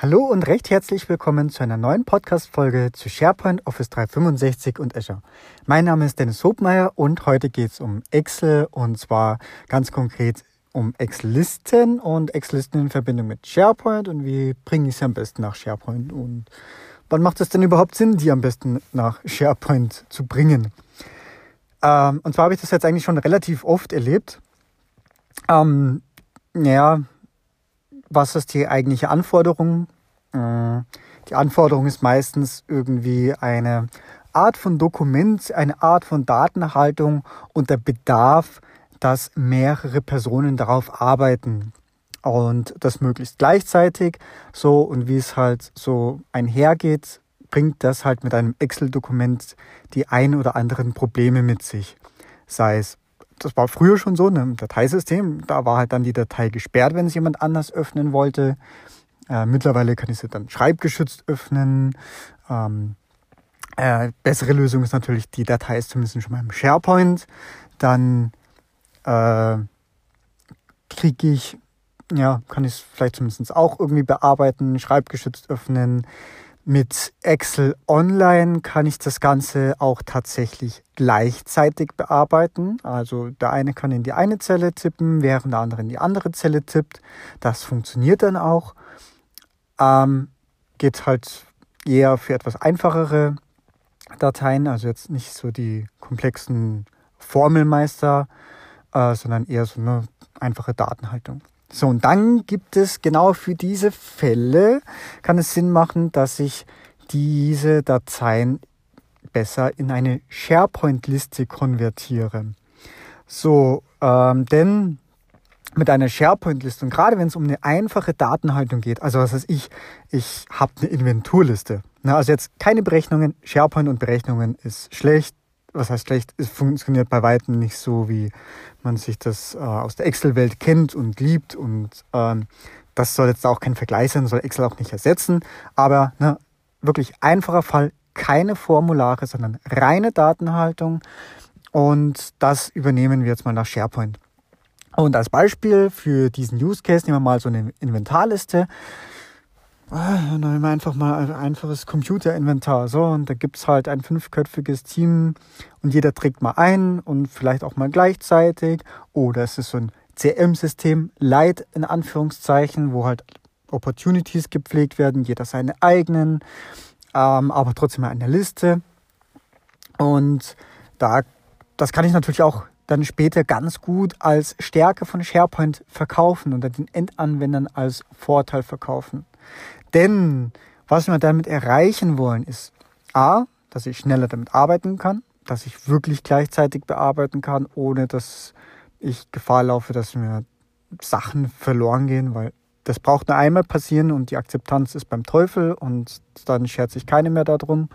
Hallo und recht herzlich willkommen zu einer neuen Podcast-Folge zu SharePoint, Office 365 und Azure. Mein Name ist Dennis Hobmeier und heute geht es um Excel und zwar ganz konkret um Excel-Listen und Excel-Listen in Verbindung mit SharePoint und wie bringe ich sie am besten nach SharePoint und wann macht es denn überhaupt Sinn, die am besten nach SharePoint zu bringen. Und zwar habe ich das jetzt eigentlich schon relativ oft erlebt. Was ist die eigentliche Anforderung? Die Anforderung ist meistens irgendwie eine Art von Dokument, eine Art von Datenhaltung und der Bedarf, dass mehrere Personen darauf arbeiten und das möglichst gleichzeitig. So, und wie es halt so einhergeht, bringt das halt mit einem Excel-Dokument die ein oder anderen Probleme mit sich. Sei es, das war früher schon so, im Dateisystem, da war halt dann die Datei gesperrt, wenn es jemand anders öffnen wollte. Mittlerweile kann ich sie dann schreibgeschützt öffnen. Bessere Lösung ist natürlich, die Datei ist zumindest schon mal im SharePoint. Dann kann ich es vielleicht zumindest auch irgendwie bearbeiten, schreibgeschützt öffnen. Mit Excel Online kann ich das Ganze auch tatsächlich gleichzeitig bearbeiten. Also der eine kann in die eine Zelle tippen, während der andere in die andere Zelle tippt. Das funktioniert dann auch. Geht halt eher für etwas einfachere Dateien, also jetzt nicht so die komplexen Formelmeister, sondern eher so eine einfache Datenhaltung. So, und dann gibt es genau für diese Fälle, kann es Sinn machen, dass ich diese Dateien besser in eine SharePoint-Liste konvertiere. So, denn mit einer SharePoint-Liste und gerade wenn es um eine einfache Datenhaltung geht, also was heißt ich habe eine Inventurliste. Also jetzt keine Berechnungen, SharePoint und Berechnungen ist schlecht. Was heißt schlecht? Es funktioniert bei weitem nicht so, wie man sich das aus der Excel-Welt kennt und liebt. Und das soll jetzt auch kein Vergleich sein, soll Excel auch nicht ersetzen. Aber wirklich einfacher Fall, keine Formulare, sondern reine Datenhaltung. Und das übernehmen wir jetzt mal nach SharePoint. Und als Beispiel für diesen Use Case nehmen wir mal so eine Inventarliste. Dann nehmen wir einfach mal ein einfaches Computerinventar. So, und da gibt's halt ein 5-köpfiges Team und jeder trägt mal ein und vielleicht auch mal gleichzeitig. Oder es ist so ein CRM-System, Light in Anführungszeichen, wo halt Opportunities gepflegt werden, jeder seine eigenen, aber trotzdem mal eine Liste. Und das kann ich natürlich auch dann später ganz gut als Stärke von SharePoint verkaufen und den Endanwendern als Vorteil verkaufen. Denn was wir damit erreichen wollen, ist A, dass ich schneller damit arbeiten kann, dass ich wirklich gleichzeitig bearbeiten kann, ohne dass ich Gefahr laufe, dass mir Sachen verloren gehen, weil das braucht nur einmal passieren und die Akzeptanz ist beim Teufel und dann schert sich keine mehr darum.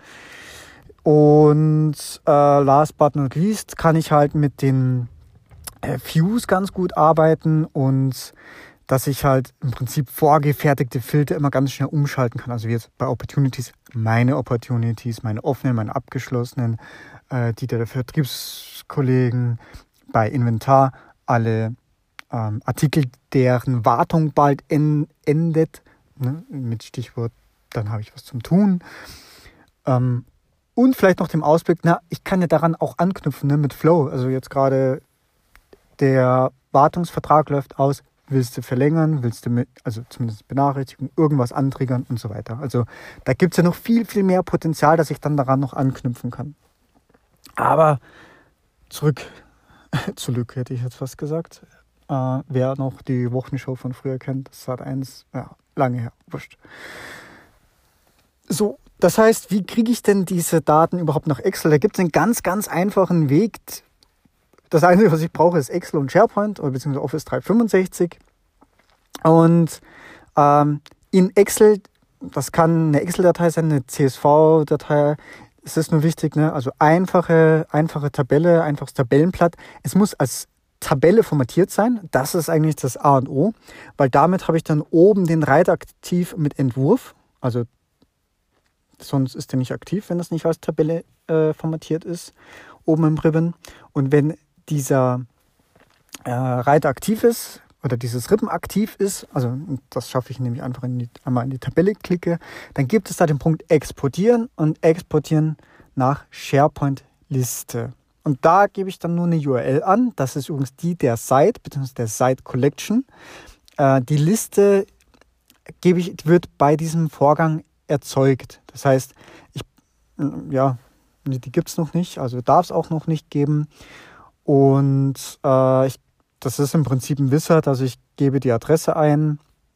Und last but not least kann ich halt mit den Views ganz gut arbeiten und dass ich halt im Prinzip vorgefertigte Filter immer ganz schnell umschalten kann. Also wie jetzt bei Opportunities, meine offenen, meine abgeschlossenen, die der Vertriebskollegen, bei Inventar alle Artikel, deren Wartung bald endet, mit Stichwort, dann habe ich was zum Tun. Und vielleicht noch dem Ausblick, ich kann ja daran auch anknüpfen, mit Flow. Also jetzt gerade der Wartungsvertrag läuft aus, willst du verlängern, also zumindest Benachrichtigung, irgendwas antriggern und so weiter. Also da gibt es ja noch viel, viel mehr Potenzial, dass ich dann daran noch anknüpfen kann. Aber zurück hätte ich jetzt fast gesagt. Wer noch die Wochenshow von früher kennt, das hat lange her, wurscht. So, das heißt, wie kriege ich denn diese Daten überhaupt nach Excel? Da gibt es einen ganz, ganz einfachen Weg. Das Einzige, was ich brauche, ist Excel und SharePoint oder beziehungsweise Office 365. Und in Excel, das kann eine Excel-Datei sein, eine CSV-Datei. Es ist nur wichtig, also einfache Tabelle, einfaches Tabellenblatt. Es muss als Tabelle formatiert sein. Das ist eigentlich das A und O, weil damit habe ich dann oben den Reiter aktiv mit Entwurf. Also sonst ist der nicht aktiv, wenn das nicht als Tabelle formatiert ist, oben im Ribbon. Und wenn dieser Reiter aktiv ist, oder dieses Ribbon aktiv ist, also das schaffe ich nämlich einfach einmal in die Tabelle klicke, dann gibt es da den Punkt Exportieren und Exportieren nach SharePoint-Liste. Und da gebe ich dann nur eine URL an. Das ist übrigens die der Site, bzw. der Site Collection. Die Liste wird bei diesem Vorgang erzeugt. Das heißt, die gibt es noch nicht, also darf es auch noch nicht geben. Und das ist im Prinzip ein Wizard, also ich gebe die Adresse ein,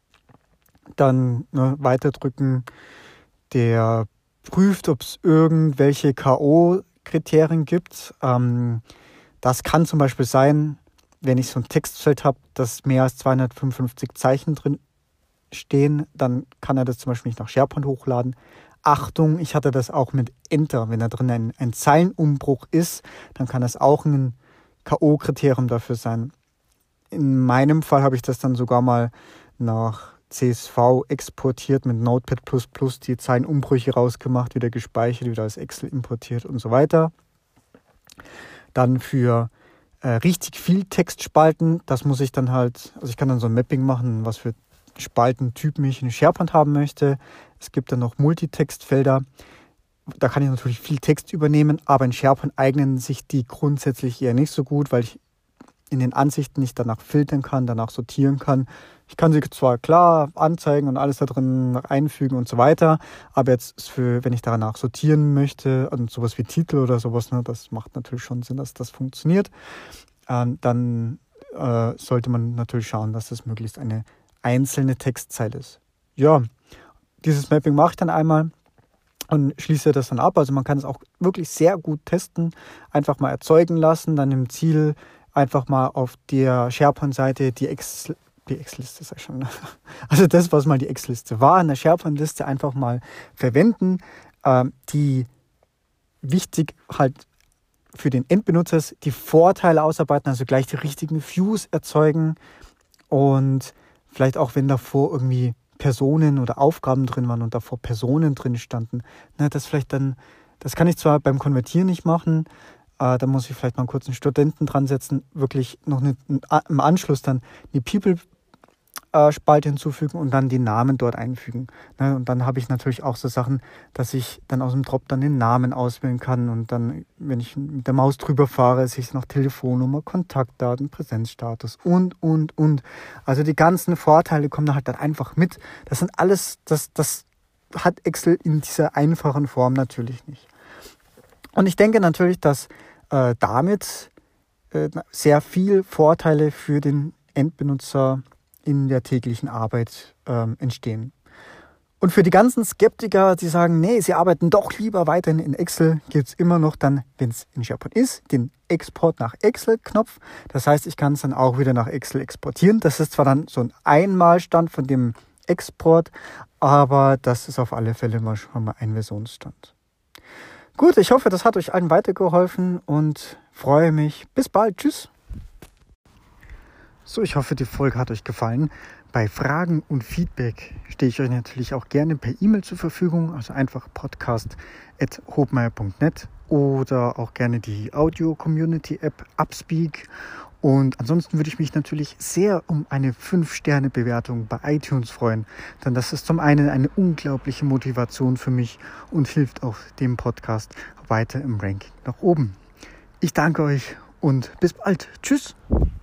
dann weiterdrücken, der prüft, ob es irgendwelche K.O.-Kriterien gibt. Das kann zum Beispiel sein, wenn ich so ein Textfeld habe, das mehr als 255 Zeichen drin stehen, dann kann er das zum Beispiel nicht nach SharePoint hochladen. Achtung, ich hatte das auch mit Enter. Wenn da drin ein Zeilenumbruch ist, dann kann das auch ein K.O.-Kriterium dafür sein. In meinem Fall habe ich das dann sogar mal nach CSV exportiert mit Notepad++, die Zeilenumbrüche rausgemacht, wieder gespeichert, wieder als Excel importiert und so weiter. Dann für richtig viel Textspalten, das muss ich dann halt, also ich kann dann so ein Mapping machen, was für Spaltentypen ich in SharePoint haben möchte. Es gibt dann noch Multitextfelder. Da kann ich natürlich viel Text übernehmen, aber in SharePoint eignen sich die grundsätzlich eher nicht so gut, weil ich in den Ansichten nicht danach filtern kann, danach sortieren kann. Ich kann sie zwar klar anzeigen und alles da drin einfügen und so weiter, aber jetzt wenn ich danach sortieren möchte, und sowas wie Titel oder sowas, das macht natürlich schon Sinn, dass das funktioniert. Dann sollte man natürlich schauen, dass das möglichst eine einzelne Textzeile ist. Ja, dieses Mapping mache ich dann einmal und schließe das dann ab. Also man kann es auch wirklich sehr gut testen, einfach mal erzeugen lassen, dann im Ziel einfach mal auf der SharePoint-Seite die Excel-Liste ist ja schon, also das, was mal die Excel-Liste war, in der SharePoint-Liste einfach mal verwenden, die wichtig halt für den Endbenutzer ist, die Vorteile ausarbeiten, also gleich die richtigen Views erzeugen und vielleicht auch, wenn davor irgendwie Personen oder Aufgaben drin waren und davor Personen drin standen, das kann ich zwar beim Konvertieren nicht machen, da muss ich vielleicht mal kurz einen Studenten dran setzen, wirklich noch im Anschluss dann eine People-Spalte hinzufügen und dann die Namen dort einfügen. Und dann habe ich natürlich auch so Sachen, dass ich dann aus dem Drop dann den Namen auswählen kann und dann, wenn ich mit der Maus drüber fahre, sehe ich noch Telefonnummer, Kontaktdaten, Präsenzstatus und. Also die ganzen Vorteile kommen da halt dann einfach mit. Das sind alles, das hat Excel in dieser einfachen Form natürlich nicht. Und ich denke natürlich, dass damit sehr viel Vorteile für den Endbenutzer in der täglichen Arbeit entstehen. Und für die ganzen Skeptiker, die sagen, nee, sie arbeiten doch lieber weiterhin in Excel, gibt es immer noch dann, wenn es in SharePoint ist, den Export nach Excel-Knopf. Das heißt, ich kann es dann auch wieder nach Excel exportieren. Das ist zwar dann so ein Einmalstand von dem Export, aber das ist auf alle Fälle schon mal ein Versionsstand. Gut, ich hoffe, das hat euch allen weitergeholfen und freue mich. Bis bald. Tschüss. So, ich hoffe, die Folge hat euch gefallen. Bei Fragen und Feedback stehe ich euch natürlich auch gerne per E-Mail zur Verfügung, also einfach podcast@hobmeier.net oder auch gerne die Audio-Community-App Upspeak. Und ansonsten würde ich mich natürlich sehr um eine 5-Sterne-Bewertung bei iTunes freuen, denn das ist zum einen eine unglaubliche Motivation für mich und hilft auch dem Podcast weiter im Ranking nach oben. Ich danke euch und bis bald. Tschüss.